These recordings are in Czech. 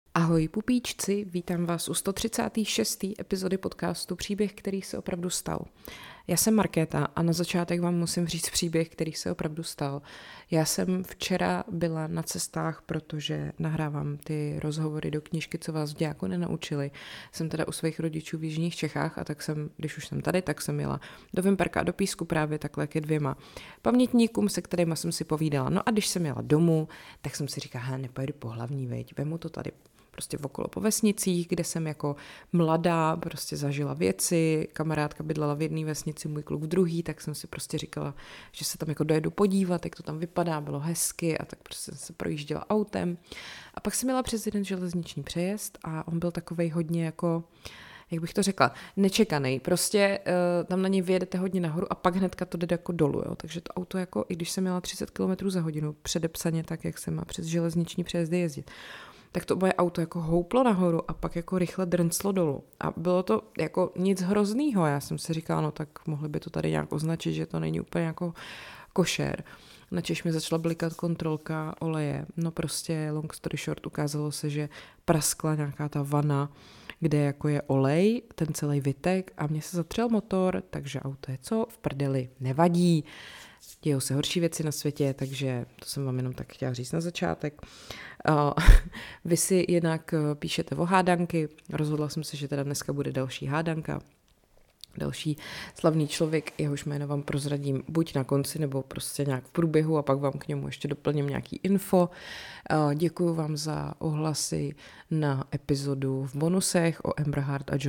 Ahoj pupíčci, vítám vás u 136. epizody podcastu Příběh, který se opravdu stal. Já jsem Markéta a na začátek vám musím říct příběh, který se opravdu stal. Já jsem včera byla na cestách, protože nahrávám ty rozhovory do knížky, co vás v dějáku nenaučili. Jsem teda u svých rodičů v jižních Čechách a tak jsem, když už jsem tady, tak jsem jela do Vimperka a do Písku právě takhle ke 2 pamětníkům, se kterými jsem si povídala. No a když jsem jela domů, tak jsem si říkala, nepojedu po hlavní, veď, vemu to tady prostě okolo po vesnicích, kde jsem jako mladá prostě zažila věci, kamarádka bydlela v jedné vesnici, můj kluk v druhý, tak jsem si prostě říkala, že se tam jako dojedu podívat, jak to tam vypadá, bylo hezky a tak prostě se projížděla autem. A pak jsem jela přes jeden železniční přejezd a on byl takovej hodně jako, jak bych to řekla, nečekaný. Prostě tam na něj vyjedete hodně nahoru a pak hnedka to jde jako dolů. Jo? Takže to auto, jako, i když jsem měla 30 km za hodinu, předepsaně tak, jak jsem má přes železniční přejezdy jezdit, tak to moje auto jako houplo nahoru a pak jako rychle drnclo dolů. A bylo to jako nic hroznýho. Já jsem si říkala, no tak mohli by to tady nějak označit, že to není úplně jako košer. Načež mi začala blikat kontrolka oleje. No prostě long story short, ukázalo se, že praskla nějaká ta vana, kde jako je olej, ten celý vytek a mně se zatřel motor, takže auto je co? V prdeli, nevadí. Dějou se horší věci na světě, takže to jsem vám jenom tak chtěla říct na začátek. Vy si jednak píšete o hádanky, rozhodla jsem se, že teda dneska bude další hádanka. Další slavný člověk, jehož jméno vám prozradím buď na konci, nebo prostě nějak v průběhu a pak vám k němu ještě doplním nějaký info. Děkuju vám za ohlasy na epizodu v bonusech o Amber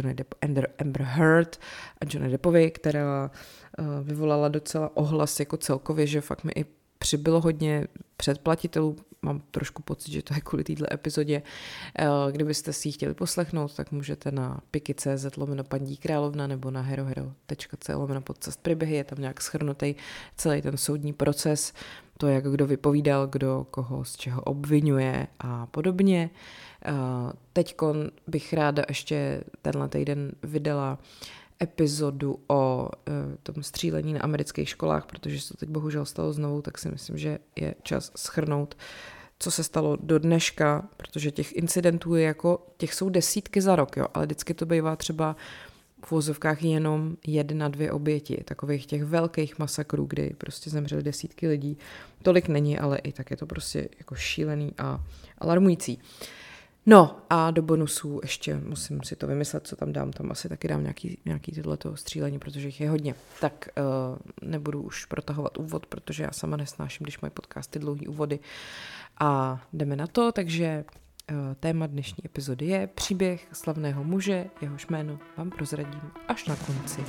Heard a Johnny Deppovi, která vyvolala docela ohlas jako celkově, že fakt mi i přibylo hodně předplatitelů. Mám trošku pocit, že to je kvůli této epizodě. Kdybyste si ji chtěli poslechnout, tak můžete na piky.cz/Pandí královna nebo na herohero.co/podcast příběhy. Je tam nějak shrnutý celý ten soudní proces, to, jak kdo vypovídal, kdo koho z čeho obvinuje a podobně. Teďkon bych ráda ještě tenhle týden vydala epizodu o tom střílení na amerických školách, protože se to teď bohužel stalo znovu, tak si myslím, že je čas shrnout, co se stalo do dneška, protože těch incidentů je jako, těch jsou desítky za rok, jo, ale vždycky to bývá třeba v uvozovkách jenom 1-2 oběti, takových těch velkých masakrů, kdy prostě zemřely desítky lidí. Tolik není, ale i tak je to prostě jako šílený a alarmující. No a do bonusů ještě musím si to vymyslet, co tam dám. Tam asi taky dám nějaký tyhleto střílení, protože jich je hodně. Tak nebudu už protahovat úvod, protože já sama nesnáším, když mají podcasty dlouhý úvody. A jdeme na to, takže téma dnešní epizody je příběh slavného muže, jehož jméno vám prozradím až na konci.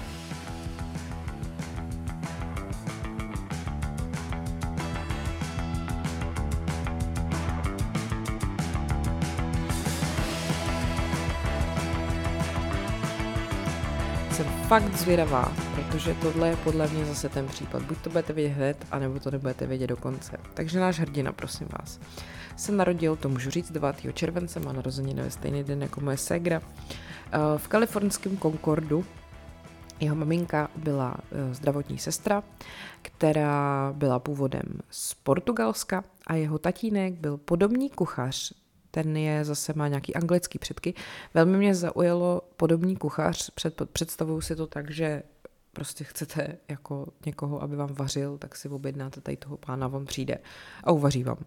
Jsem fakt zvědavá, protože tohle je podle mě zase ten případ. Buď to budete vědět hned, anebo to nebudete vědět do konce. Takže náš hrdina, prosím vás, se narodil, to můžu říct, 9. července, má narozeniny ve stejný den jako moje ségra, v kalifornském Concordu. Jeho maminka byla zdravotní sestra, která byla původem z Portugalska a jeho tatínek byl podobný kuchař. Ten má nějaký anglický předky. Velmi mě zaujalo podobný kuchař. Představuju si to tak, že prostě chcete jako někoho, aby vám vařil, tak si objednáte tady toho pána, on přijde a uvaří vám.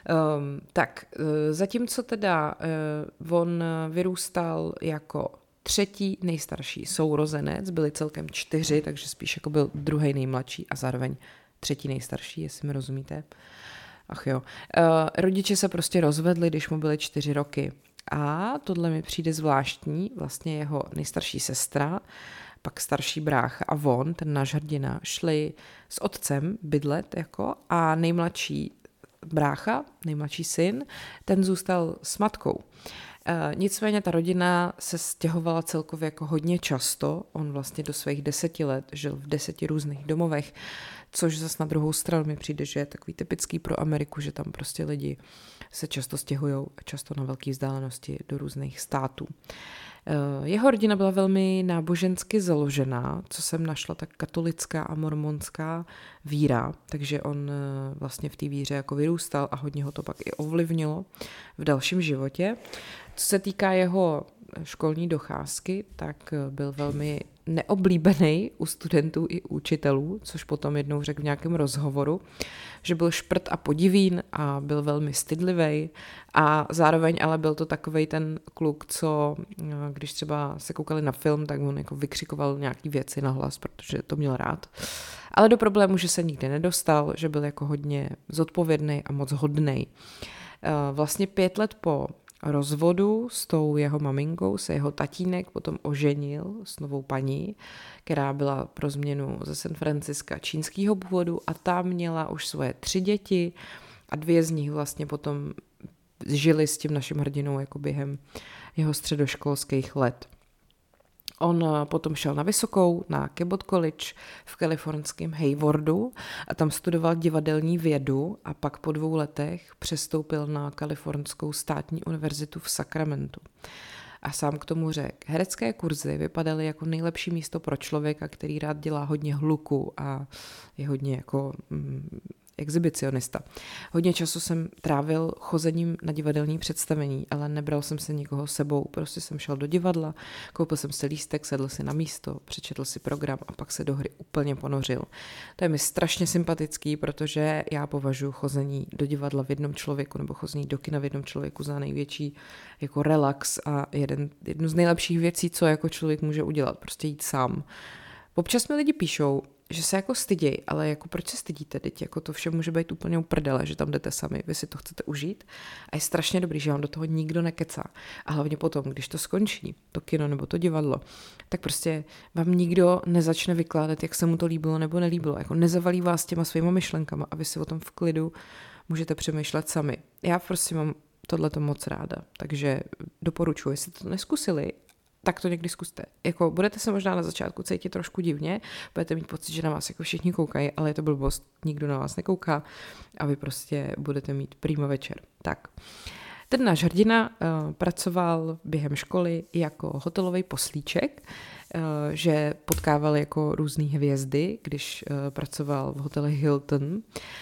Zatímco teda on vyrůstal jako 3. nejstarší sourozenec, byli celkem 4, takže spíš jako byl 2. nejmladší a zároveň 3. nejstarší, jestli mi rozumíte. Ach jo. Rodiče se prostě rozvedli, když mu byly 4 roky. A tohle mi přijde zvláštní, vlastně jeho nejstarší sestra, pak starší brácha a on, ten náš hrdina, šli s otcem bydlet jako a nejmladší brácha, nejmladší syn, ten zůstal s matkou. Nicméně ta rodina se stěhovala celkově jako hodně často, on vlastně do svých 10 let žil v 10 různých domovech, což zase na druhou stranu mi přijde, že je takový typický pro Ameriku, že tam prostě lidi se často stěhují, často na velké vzdálenosti do různých států. Jeho rodina byla velmi nábožensky založená, co jsem našla, tak katolická a mormonská víra, takže on vlastně v té víře jako vyrůstal a hodně ho to pak i ovlivnilo v dalším životě. Co se týká jeho školní docházky, tak byl velmi neoblíbený u studentů i učitelů, což potom jednou řekl v nějakém rozhovoru, že byl šprt a podivín a byl velmi stydlivý a zároveň ale byl to takovej ten kluk, co když třeba se koukali na film, tak on jako vykřikoval nějaký věci nahlas, protože to měl rád. Ale do problému, že se nikdy nedostal, že byl jako hodně zodpovědný a moc hodnej. Vlastně 5 let po rozvodu s tou jeho maminkou se jeho tatínek potom oženil s novou paní, která byla pro změnu ze San Franciska čínského původu a ta měla už svoje 3 děti a 2 z nich vlastně potom žili s tím naším hrdinou jako během jeho středoškolských let. On potom šel na vysokou, na Cabot College v kalifornském Haywardu a tam studoval divadelní vědu a pak po 2 letech přestoupil na Kalifornskou státní univerzitu v Sacramentu. A sám k tomu řekl, herecké kurzy vypadaly jako nejlepší místo pro člověka, který rád dělá hodně hluku a je hodně jako exhibicionista. Hodně času jsem trávil chozením na divadelní představení, ale nebral jsem se nikoho sebou, prostě jsem šel do divadla, koupil jsem si lístek, sedl si na místo, přečetl si program a pak se do hry úplně ponořil. To je mi strašně sympatický, protože já považuji chození do divadla v jednom člověku nebo chození do kina v jednom člověku za největší jako relax a jednu z nejlepších věcí, co jako člověk může udělat, prostě jít sám. Občas mi lidi píšou, že se jako stydějí, ale jako proč se stydíte, teď jako to vše může být úplně uprdele, že tam jdete sami, vy si to chcete užít a je strašně dobrý, že vám do toho nikdo nekecá a hlavně potom, když to skončí, to kino nebo to divadlo, tak prostě vám nikdo nezačne vykládat, jak se mu to líbilo nebo nelíbilo, jako nezavalí vás těma svýma myšlenkama a vy si o tom v klidu můžete přemýšlet sami. Já prostě mám tohleto moc ráda, takže doporučuji, jestli to neskusili, tak to někdy zkuste. Jako budete se možná na začátku cítit trošku divně, budete mít pocit, že na vás jako všichni koukají, ale je to blbost, nikdo na vás nekouká a vy prostě budete mít prýma večer. Tak. Ten náš hrdina pracoval během školy jako hotelový poslíček, že potkával jako různý hvězdy, když pracoval v hotelu Hilton.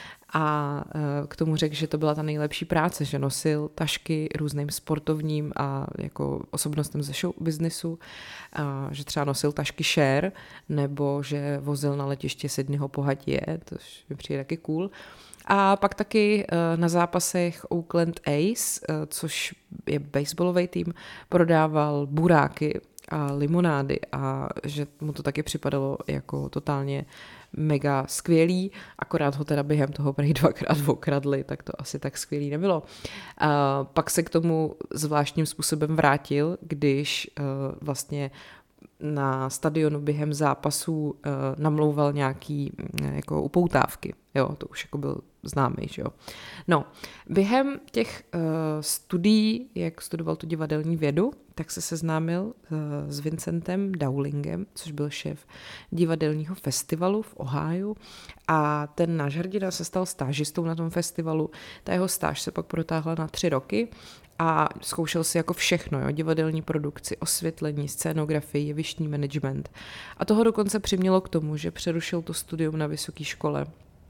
A k tomu řekl, že to byla ta nejlepší práce, že nosil tašky různým sportovním a jako osobnostem ze show businessu, že třeba nosil tašky Cher, nebo že vozil na letiště Sydneyho po hadě, to mi přijde taky cool. A pak taky na zápasech Oakland A's, což je baseballový tým, prodával buráky a limonády a že mu to taky připadalo jako totálně mega skvělý, akorát ho teda během toho prý 2krát okradli, tak to asi tak skvělý nebylo. A pak se k tomu zvláštním způsobem vrátil, když vlastně na stadionu během zápasů namlouval nějaký jako upoutávky. Jo, to už jako byl známý, že jo. No, během těch studií, jak studoval tu divadelní vědu, tak se seznámil s Vincentem Dowlingem, což byl šéf divadelního festivalu v Ohiu a ten náš hrdina se stal stážistou na tom festivalu. Ta jeho stáž se pak protáhla na 3 roky a zkoušel si jako všechno, jo, divadelní produkci, osvětlení, scénografii, jevištní management. A toho dokonce přimělo k tomu, že přerušil to studium na vysoké škole.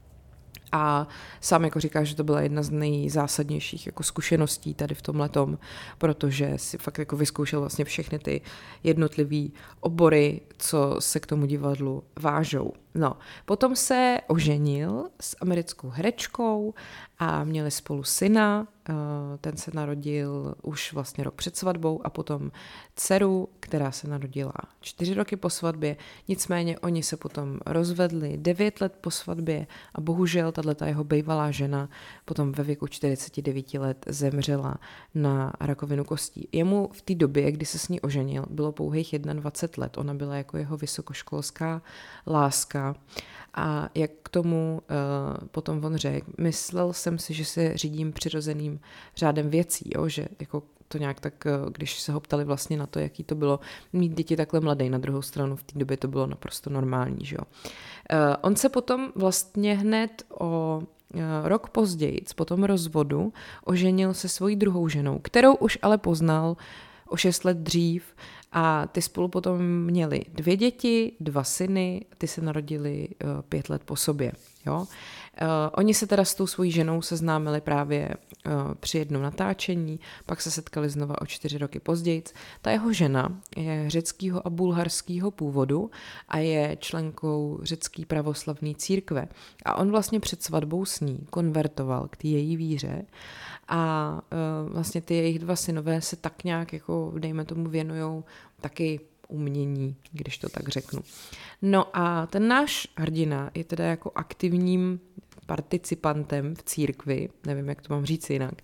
A sám jako říká, že to byla jedna z nejzásadnějších jako zkušeností tady v tomhletom, protože si fakt jako vyzkoušel vlastně všechny ty jednotlivý obory, co se k tomu divadlu vážou. No, potom se oženil s americkou herečkou a měli spolu syna, ten se narodil už vlastně rok před svatbou a potom dceru, která se narodila 4 roky po svatbě, nicméně oni se potom rozvedli 9 let po svatbě a bohužel tato jeho bývalá žena potom ve věku 49 let zemřela na rakovinu kostí. Jemu v té době, kdy se s ní oženil, bylo pouhých 21 let, ona byla jako jeho vysokoškolská láska říká. A jak k tomu potom on řekl, myslel jsem si, že se řídím přirozeným řádem věcí, jo? Že jako to nějak tak, když se ho ptali vlastně na to, jaký to bylo mít děti takhle mladý, na druhou stranu v té době to bylo naprosto normální. Že jo? On se potom vlastně hned o rok později, po tom rozvodu, oženil se svojí druhou ženou, kterou už ale poznal o 6 let dřív a ty spolu potom měli 2 děti, 2 syny, ty se narodili 5 let po sobě. Jo? Oni se teda s tou svojí ženou seznámili právě při jednom natáčení, pak se setkali znova o 4 roky později. Ta jeho žena je řeckého a bulharského původu a je členkou řecké pravoslavné církve. A on vlastně před svatbou s ní konvertoval k té její víře a vlastně ty jejich 2 synové se tak nějak, jako dejme tomu, věnujou taky umění, když to tak řeknu. No a ten náš hrdina je teda jako aktivním participantem v církvi, nevím, jak to mám říct jinak,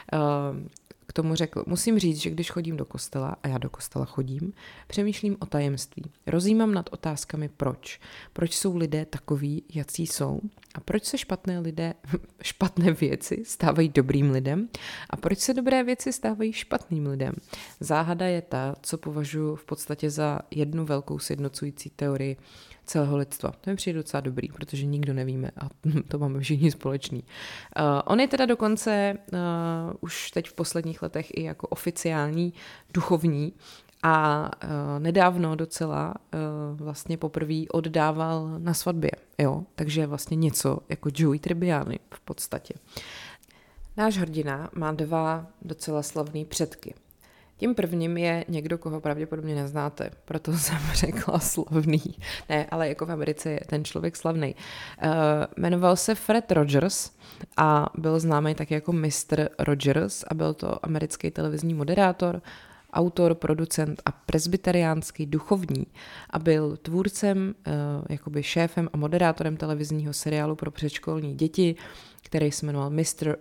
k tomu řekl, musím říct, že když chodím do kostela, a já do kostela chodím, přemýšlím o tajemství. Rozjímám nad otázkami proč. Proč jsou lidé takoví, jací jsou? A proč se špatné věci stávají dobrým lidem? A proč se dobré věci stávají špatným lidem? Záhada je ta, co považuji v podstatě za jednu velkou sjednocující teorii celého lidstva. To mi přijde docela dobrý, protože nikdo nevíme a to máme všichni společný. On je teda dokonce už teď v posledních letech i jako oficiální duchovní a nedávno docela vlastně poprvé oddával na svatbě. Jo? Takže vlastně něco jako Joey Tribbiani v podstatě. Náš hrdina má 2 docela slavný předky. Tím prvním je někdo, koho pravděpodobně neznáte, proto jsem řekla slavný. Ne, ale jako v Americe je ten člověk slavný. Jmenoval se Fred Rogers a byl známý taky jako Mr. Rogers a byl to americký televizní moderátor, autor, producent a presbyteriánský duchovní a byl tvůrcem, jakoby šéfem a moderátorem televizního seriálu pro předškolní děti, který se jmenoval Mr.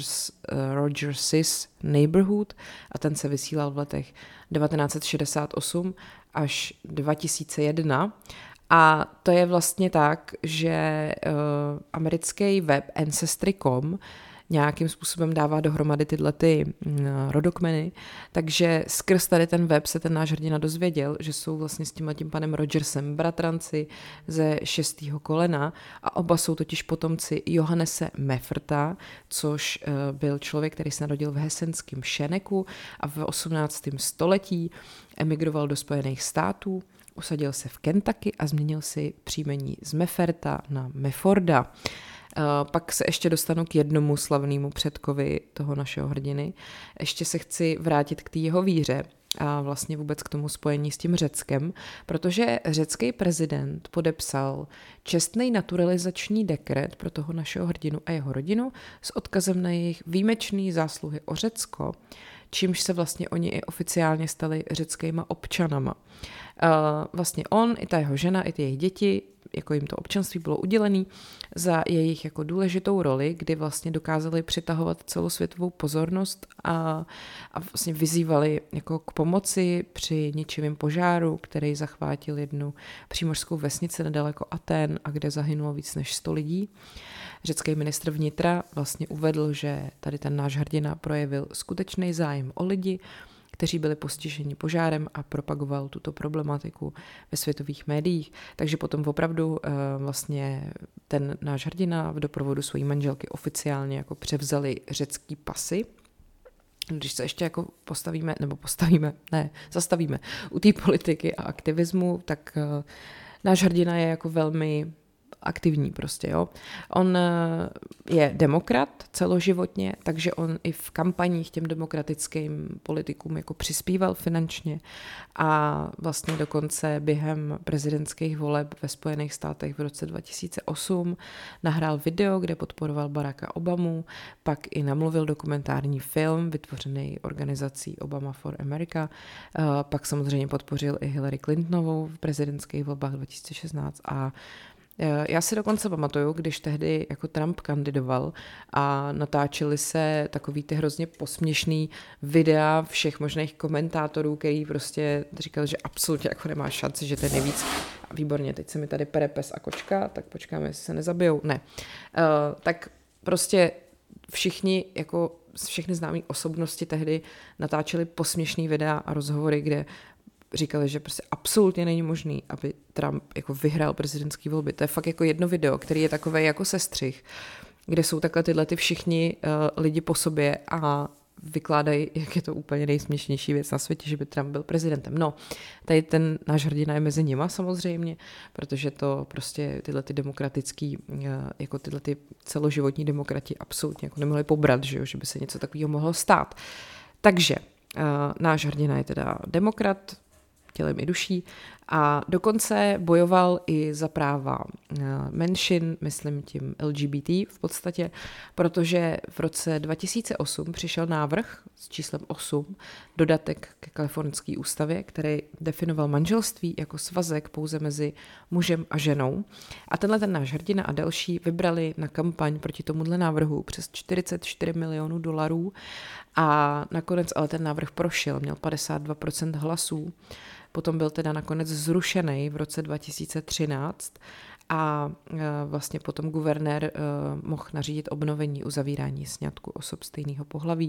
Rogers' Neighborhood a ten se vysílal v letech 1968 až 2001. A to je vlastně tak, že americký web Ancestry.com nějakým způsobem dává dohromady tyhle rodokmeny, takže skrz tady ten web se ten náš hrdina dozvěděl, že jsou vlastně s tímhletím panem Rogersem bratranci ze 6. kolena a oba jsou totiž potomci Johannese Mefferta, což byl člověk, který se narodil v hesenském Šeneku a v 18. století emigroval do Spojených států, usadil se v Kentucky a změnil si příjmení z Mefferta na Mefforda. Pak se ještě dostanu k jednomu slavnému předkovi toho našeho hrdiny. Ještě se chci vrátit k té jeho víře a vlastně vůbec k tomu spojení s tím Řeckem, protože řecký prezident podepsal čestný naturalizační dekret pro toho našeho hrdinu a jeho rodinu s odkazem na jejich výjimečné zásluhy o Řecko, čímž se vlastně oni i oficiálně stali řeckýma občanama. Vlastně on, i ta jeho žena, i ty jejich děti, jako jim to občanství bylo udělené za jejich jako důležitou roli, kdy vlastně dokázali přitahovat celosvětovou pozornost a vlastně vyzývali jako k pomoci při ničivém požáru, který zachvátil jednu přímořskou vesnici nedaleko Athén a kde zahynulo víc než 100 lidí. Řecký ministr vnitra vlastně uvedl, že tady ten náš hrdina projevil skutečný zájem o lidi, kteří byli postiženi požárem a propagoval tuto problematiku ve světových médiích. Takže potom opravdu vlastně ten náš hrdina v doprovodu své manželky oficiálně jako převzali řecký pasy. Když se ještě jako zastavíme u té politiky a aktivismu, tak náš hrdina je jako velmi aktivní prostě, jo. On je demokrat celoživotně, takže on i v kampaních těm demokratickým politikům jako přispíval finančně a vlastně dokonce během prezidentských voleb ve Spojených státech v roce 2008 nahrál video, kde podporoval Baracka Obamu, pak i namluvil dokumentární film vytvořený organizací Obama for America, pak samozřejmě podpořil i Hillary Clintonovou v prezidentských volbách 2016 a Já si dokonce pamatuju, když tehdy jako Trump kandidoval a natáčely se takový ty hrozně posměšný videa všech možných komentátorů, který prostě říkali, že absolutně jako nemá šanci, že to je nejvíc. Výborně, teď se mi tady pere pes a kočka, tak počkáme, jestli se nezabijou. Ne. Tak prostě všechny známé osobnosti tehdy natáčely posměšný videa a rozhovory, kde říkali, že prostě absolutně není možný, aby Trump jako vyhrál prezidentský volby. To je fakt jako jedno video, který je takové jako sestřih, kde jsou takhle tyhle ty všichni lidi po sobě a vykládají, jak je to úplně nejsměšnější věc na světě, že by Trump byl prezidentem. No, tady ten náš hrdina je mezi nima samozřejmě, protože to prostě tyhle ty demokratický, jako tyhle ty celoživotní demokrati absolutně jako nemohli pobrat, že by se něco takového mohlo stát. Takže náš hrdina je teda demokrat, tělem i duší a dokonce bojoval i za práva menšin, myslím tím LGBT v podstatě, protože v roce 2008 přišel návrh s číslem 8, dodatek ke kalifornské ústavě, který definoval manželství jako svazek pouze mezi mužem a ženou. A tenhle ten náš hrdina a další vybrali na kampaň proti tomuhle návrhu přes $44 milionů a nakonec ale ten návrh prošel, měl 52% hlasů. Potom byl teda nakonec zrušený v roce 2013 a vlastně potom guvernér mohl nařídit obnovení uzavírání sňatku osob stejného pohlaví.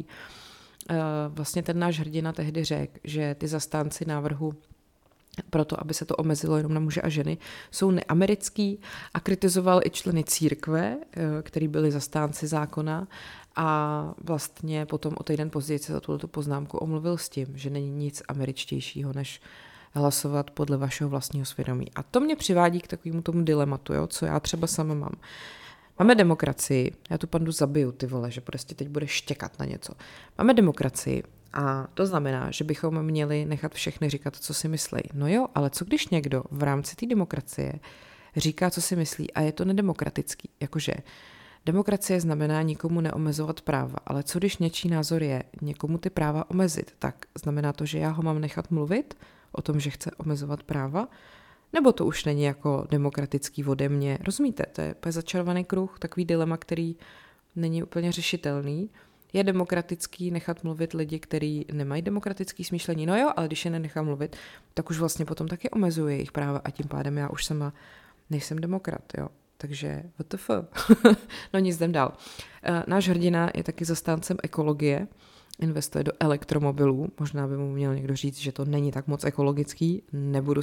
Vlastně ten náš hrdina tehdy řekl, že ty zastánci návrhu proto, aby se to omezilo jenom na muže a ženy, jsou neamerický a kritizoval i členy církve, který byli zastánci zákona a vlastně potom o týden později se za tuto poznámku omluvil s tím, že není nic američtějšího, než hlasovat podle vašeho vlastního svědomí. A to mě přivádí k takovému tomu dilematu, jo, co já třeba sama mám. Máme demokracii, já tu pandu zabiju, ty vole, že prostě teď bude štěkat na něco. Máme demokracii a to znamená, že bychom měli nechat všechny říkat, co si myslí. No jo, ale co když někdo v rámci té demokracie říká, co si myslí a je to nedemokratický, jakože demokracie znamená nikomu neomezovat práva, ale co když něčí názor je někomu ty práva omezit, tak znamená to, že já ho mám nechat mluvit o tom, že chce omezovat práva, nebo to už není jako demokratický ode mě. Rozumíte, to je začarovaný kruh, takový dilema, který není úplně řešitelný. Je demokratický nechat mluvit lidi, kteří nemají demokratický smýšlení. No jo, ale když je nenechám mluvit, tak už vlastně potom taky omezuje jejich práva a tím pádem já už sama nejsem demokrat, jo. Takže WTF. No nic, jdem dál. Náš hrdina je taky zastáncem ekologie, investuje do elektromobilů, možná by mu měl někdo říct, že to není tak moc ekologický, nebudu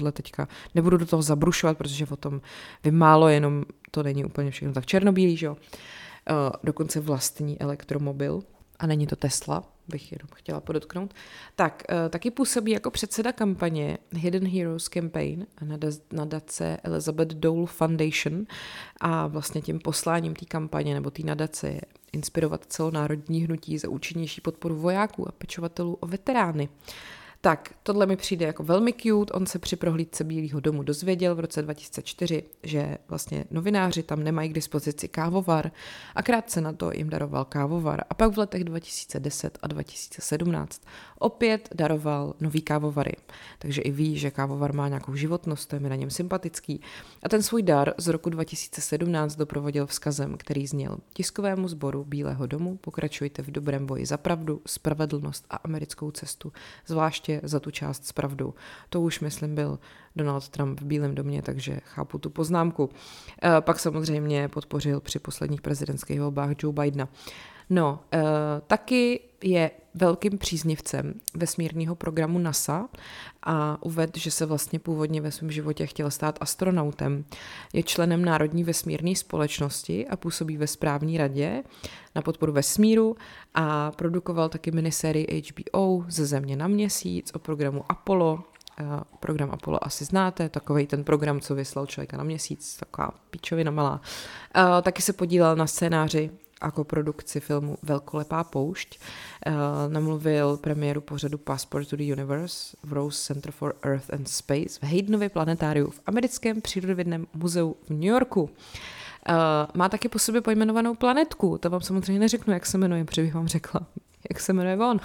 do toho zabrušovat, protože o tom vím málo, jenom to není úplně všechno tak černobílý, že jo. Dokonce vlastní elektromobil a není to Tesla, bych jenom chtěla podotknout. Tak, taky působí jako předseda kampaně Hidden Heroes Campaign na nadace Elizabeth Dole Foundation a vlastně tím posláním té kampaně nebo té nadace je inspirovat celonárodní hnutí za účinnější podporu vojáků a pečovatelů o veterány. Tak, tohle mi přijde jako velmi cute. On se při prohlídce Bílého domu dozvěděl v roce 2004, že vlastně novináři tam nemají k dispozici kávovar a krátce na to jim daroval kávovar. A pak v letech 2010 a 2017 opět daroval nový kávovary. Takže i ví, že kávovar má nějakou životnost, to je mi na něm sympatický. A ten svůj dar z roku 2017 doprovodil vzkazem, který zněl: tiskovému sboru Bílého domu pokračujte v dobrém boji za pravdu, spravedlnost a americkou cestu, zvláště za tu část s pravdou. To už, myslím, byl Donald Trump v Bílém domě, takže chápu tu poznámku. Pak samozřejmě podpořil při posledních prezidentských volbách Joe Bidena. No, taky je velkým příznivcem vesmírného programu NASA a uvedl, že se vlastně původně ve svém životě chtěl stát astronautem. Je členem Národní vesmírné společnosti a působí ve správní radě na podporu vesmíru a produkoval taky minisérii HBO Ze země na měsíc o programu Apollo. Program Apollo asi znáte, takovej ten program, co vyslal člověka na měsíc, taková pičovina malá. Taky se podílel na scénáři jako produkci filmu Velkolepá poušť. Namluvil premiéru pořadu Passport to the Universe v Rose Center for Earth and Space v Haydenově planetáriu v americkém přírodovědném muzeu v New Yorku. Má taky po sobě pojmenovanou planetku, to vám samozřejmě neřeknu, jak se jmenuje, protože bych vám řekla, jak se jmenuje on.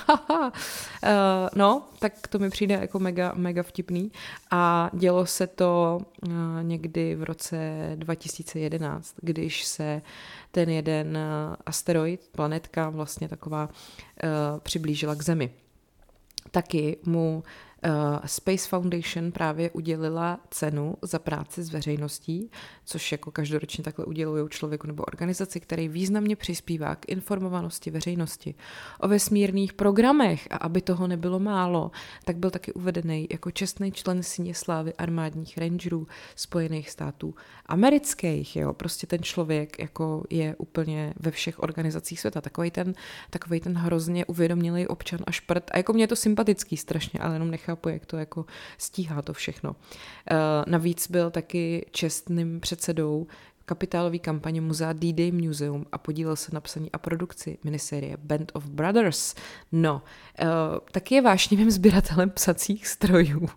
No, tak to mi přijde jako mega, mega vtipný. A dělo se to někdy v roce 2011, když se ten jeden asteroid, planetka vlastně taková, přiblížila k Zemi. Taky mu Space Foundation právě udělila cenu za práci s veřejností, což jako každoročně takhle udělují člověku nebo organizaci, který významně přispívá k informovanosti veřejnosti o vesmírných programech. A aby toho nebylo málo, tak byl taky uvedený jako čestný člen síně slávy armádních rangerů Spojených států amerických. Jo? Prostě ten člověk jako je úplně ve všech organizacích světa. Takovej ten hrozně uvědomělý občan a šprt. A jako mě je to sympatický strašně, ale jenom nechápu, jak to jako stíhá to všechno. Navíc byl taky čestným předsedou kapitálové kampaně muzea D-Day Museum a podílel se na psaní a produkci minisérie Band of Brothers. No, taky je vášnivým sběratelem psacích strojů.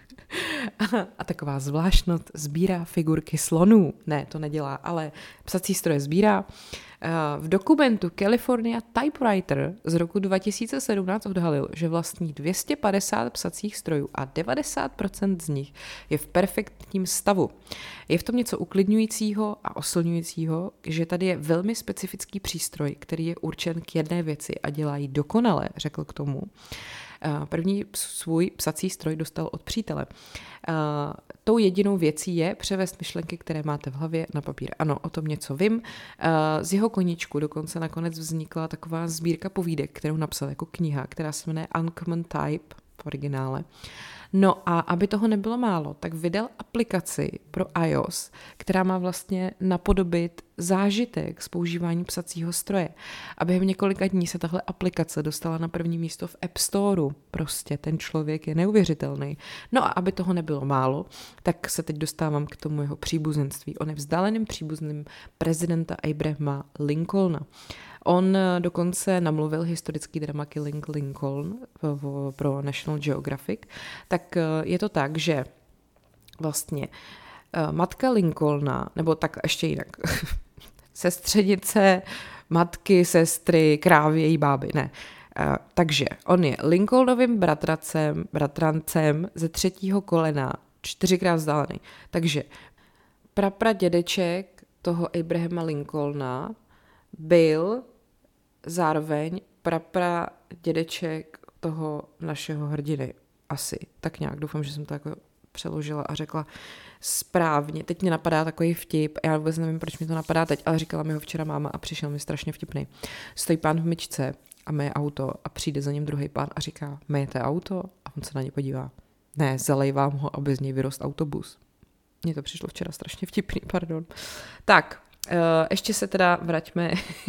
A taková zvláštnost, sbírá figurky slonů. Ne, to nedělá, ale psací stroje sbírá. V dokumentu California Typewriter z roku 2017 odhalil, že vlastní 250 psacích strojů a 90% z nich je v perfektním stavu. Je v tom něco uklidňujícího a osilňujícího, že tady je velmi specifický přístroj, který je určen k jedné věci a dělá ji dokonale, řekl k tomu. První svůj psací stroj dostal od přítele. Tou jedinou věcí je převést myšlenky, které máte v hlavě, na papír. Ano, o tom něco vím. Z jeho koníčku dokonce nakonec vznikla taková sbírka povídek, kterou napsal jako kniha, která se jmenuje Uncommon Type v originále. No a aby toho nebylo málo, tak vydal aplikaci pro iOS, která má vlastně napodobit zážitek z používání psacího stroje. A během několika dní se tahle aplikace dostala na první místo v App Storeu. Prostě ten člověk je neuvěřitelný. No a aby toho nebylo málo, tak se teď dostávám k tomu jeho příbuzenství. On je vzdáleným příbuzným prezidenta Abrahama Lincolna. On dokonce namluvil historický drama Killing Lincoln pro National Geographic. Tak je to tak, že vlastně matka Lincolna, nebo tak ještě jinak, sestřenice, matky, sestry, krávy, její báby, ne. Takže on je Lincolnovým bratrancem ze 3. kolena, 4krát vzdálený. Takže prapradědeček toho Abrahama Lincolna byl zároveň prapradědeček toho našeho hrdiny. Asi. Tak nějak. Doufám, že jsem to jako přeložila a řekla správně. Teď mě napadá takový vtip. Já vůbec nevím, proč mi to napadá teď, ale říkala mi ho včera máma a přišel mi strašně vtipný. Stojí pán v myčce a myje auto a přijde za ním druhý pán a říká, myjete auto? A on se na ně podívá. Ne, zalejvám ho, aby z něj vyrost autobus. Mně to přišlo včera strašně vtipný, pardon. Tak, ještě se teda vraťme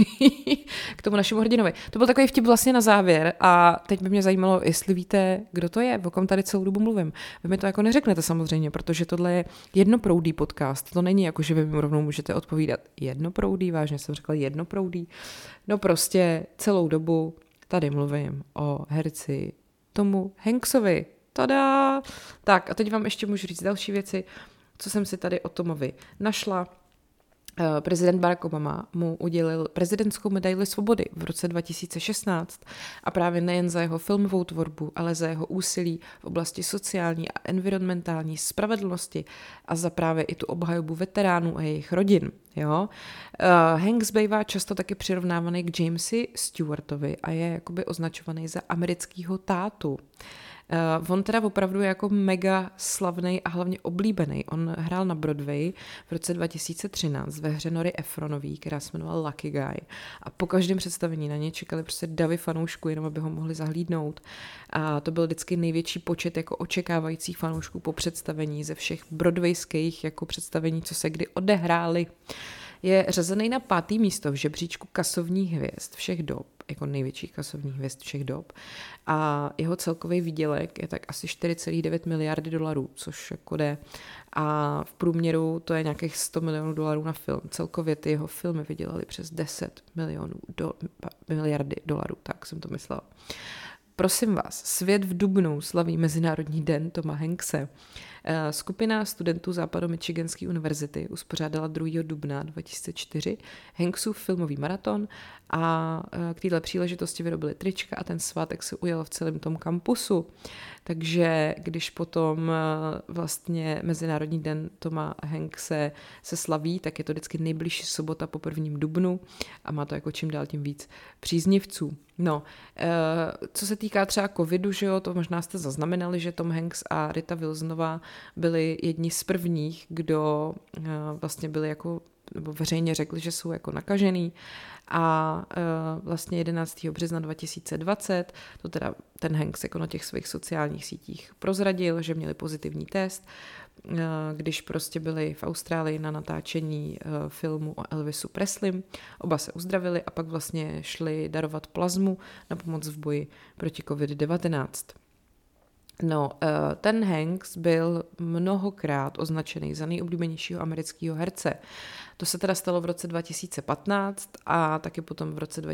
k tomu našemu hrdinovi. To byl takový vtip vlastně na závěr a teď by mě zajímalo, jestli víte, kdo to je, o kom tady celou dobu mluvím. Vy mi to jako neřeknete samozřejmě, protože tohle je jednoproudý podcast. To není jako, že vy mi rovnou můžete odpovídat jednoproudý, vážně jsem řekla jednoproudý. No prostě celou dobu tady mluvím o herci Tomu Hanksovi. Tada! Tak a teď vám ještě můžu říct další věci, co jsem si tady o Tomovi našla. Prezident Barack Obama mu udělil prezidentskou medaili svobody v roce 2016 a právě nejen za jeho filmovou tvorbu, ale za jeho úsilí v oblasti sociální a environmentální spravedlnosti a za právě i tu obhajobu veteránů a jejich rodin. Jo? Hanks bývá často taky přirovnávaný k Jamesi Stewartovi a je jakoby označovaný za americkýho tátu. On teda opravdu je jako mega slavný a hlavně oblíbený. On hrál na Broadway v roce 2013 ve hře Nory Efronový, která se jmenovala Lucky Guy. A po každém představení na něj čekali prostě davy fanoušků, jenom aby ho mohli zahlídnout. A to byl vždycky největší počet jako očekávajících fanoušků po představení ze všech broadwayských jako představení, co se kdy odehrály. Je řazený na 5. místo v žebříčku kasovních hvězd všech dob, jako největších kasovních hvězd všech dob. A jeho celkový výdělek je tak asi 4,9 miliardy dolarů, což jako jde. A v průměru to je nějakých $100 milionů na film. Celkově ty jeho filmy vydělaly přes 10 miliardy dolarů, tak jsem to myslela. Prosím vás, svět v dubnu slaví Mezinárodní den Toma Hankse. Skupina studentů Západomichiganské univerzity uspořádala 2. dubna 2004 Hanksův filmový maraton a k této příležitosti vyrobili trička a ten svátek se ujel v celém tom kampusu. Takže když potom vlastně Mezinárodní den Toma Hankse se slaví, tak je to vždycky nejbližší sobota po 1. dubnu a má to jako čím dál tím víc příznivců. No, co se týká třeba covidu, že jo, to možná jste zaznamenali, že Tom Hanks a Rita Wilsonová byli jedni z prvních, kdo vlastně byli jako, nebo veřejně řekli, že jsou jako nakažený a vlastně 11. března 2020, to teda ten Hanks jako na těch svých sociálních sítích prozradil, že měli pozitivní test, když prostě byli v Austrálii na natáčení filmu o Elvisu Presleym. Oba se uzdravili a pak vlastně šli darovat plazmu na pomoc v boji proti COVID-19. No, ten Hanks byl mnohokrát označený za nejoblíbenějšího amerického herce. To se teda stalo v roce 2015 a taky potom v roce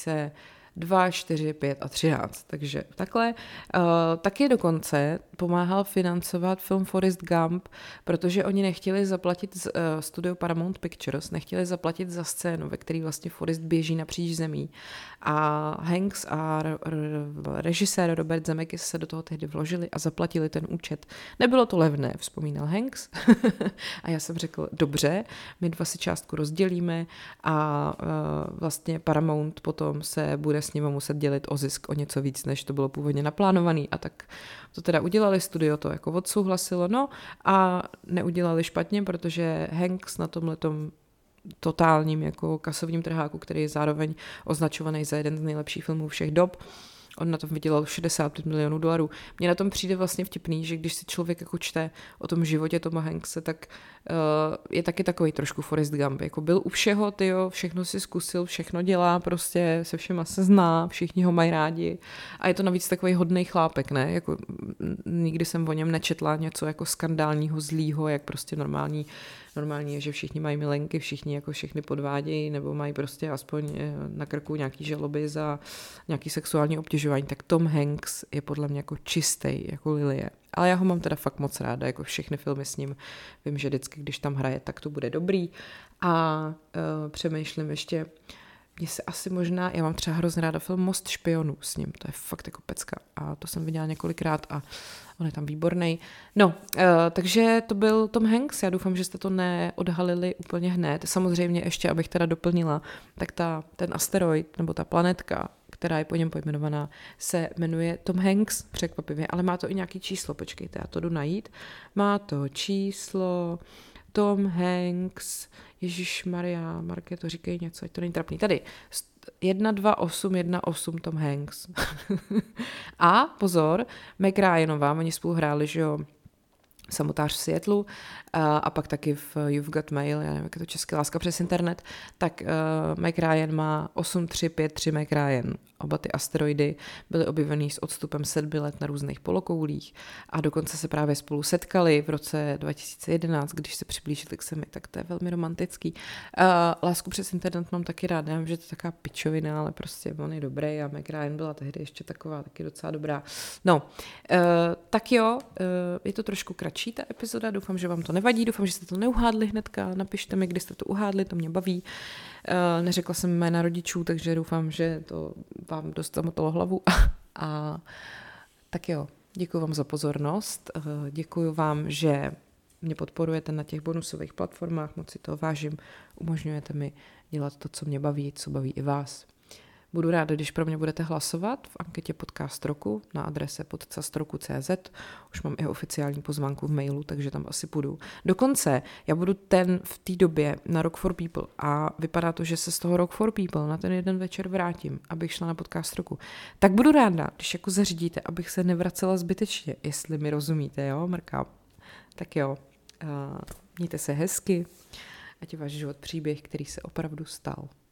2002, 4, 5 a 13. Takže takhle. Taky dokonce pomáhal financovat film Forrest Gump, protože oni nechtěli zaplatit studio Paramount Pictures, nechtěli zaplatit za scénu, ve které vlastně Forrest běží napříč zemí. A Hanks a režisér Robert Zemeckis se do toho tehdy vložili a zaplatili ten účet. Nebylo to levné, vzpomínal Hanks. A já jsem řekl, dobře, my dva si částku rozdělíme a vlastně Paramount potom se bude s nimi muset dělit o zisk o něco víc, než to bylo původně naplánovaný. A tak to teda udělali, studio to jako odsouhlasilo, no a neudělali špatně, protože Hanks na tomhletom totálním jako kasovním trháku, který je zároveň označovaný za jeden z nejlepších filmů všech dob, on na tom vydělal $65 milionů. Mně na tom přijde vlastně vtipný, že když si člověk jako čte o tom životě Toma Hankse, tak je taky takový trošku Forrest Gump. Jako byl u všeho, tyjo, všechno si zkusil, všechno dělá, prostě se všema se zná, všichni ho mají rádi. A je to navíc takový hodnej chlápek, ne? Jako, nikdy jsem o něm nečetla něco jako skandálního, zlýho, jak prostě normální je, že všichni mají milenky, všichni jako všechny podvádějí, nebo mají prostě aspoň na krku nějaký žaloby za nějaký sexuální obtěžování, tak Tom Hanks je podle mě jako čistý, jako lilie. Ale já ho mám teda fakt moc ráda, jako všechny filmy s ním. Vím, že vždycky, když tam hraje, tak to bude dobrý. A přemýšlím ještě, mně se asi možná, já mám třeba hrozně ráda film Most špionů s ním, to je fakt jako pecka a to jsem viděla několikrát a on je tam výborný. No, takže to byl Tom Hanks, já doufám, že jste to neodhalili úplně hned. Samozřejmě ještě, abych teda doplnila, tak ten asteroid nebo ta planetka, která je po něm pojmenovaná, se jmenuje Tom Hanks, překvapivě, ale má to i nějaký číslo, počkejte, já to jdu najít. Má to číslo Tom Hanks, Ježišmarja, Marké, to říkají něco, ať to není trapný. Tady, 12818 Tom Hanks. A pozor, Meg Ryanová, oni spolu hráli, že jo, Samotář v Seattlu a pak taky v You've Got Mail, já nevím, jak je to česká láska přes internet, tak Meg Ryan má 8353 Meg Ryan. Oba ty asteroidy byly objevený s odstupem 7 let na různých polokoulích a dokonce se právě spolu setkali v roce 2011, když se přiblížili k Zemi, tak to je velmi romantický. Lásku přes internet mám taky ráda, nevím, že to je taková pičovina, ale prostě on je dobrý a Meg Ryan byla tehdy ještě taková taky docela dobrá. No, tak jo, je to trošku kratší ta epizoda, doufám, že vám to nevadí, doufám, že jste to neuhádli hnedka, napište mi, kdy jste to uhádli, to mě baví. Neřekla jsem jména rodičů, takže doufám, že to vám dost zamotalo hlavu. A tak jo, děkuji vám za pozornost, děkuji vám, že mě podporujete na těch bonusových platformách, moc si toho vážím, umožňujete mi dělat to, co mě baví, co baví i vás. Budu ráda, když pro mě budete hlasovat v anketě Podcast roku na adrese podcast.cz. Už mám i oficiální pozvánku v mailu, takže tam asi půjdu. Dokonce já budu v té době na Rock for People a vypadá to, že se z toho Rock for People na ten jeden večer vrátím, abych šla na Podcast roku. Tak budu ráda, když jako zařídíte, abych se nevracela zbytečně, jestli mi rozumíte, jo, mrkám. Tak jo, mějte se hezky, ať je váš život příběh, který se opravdu stal.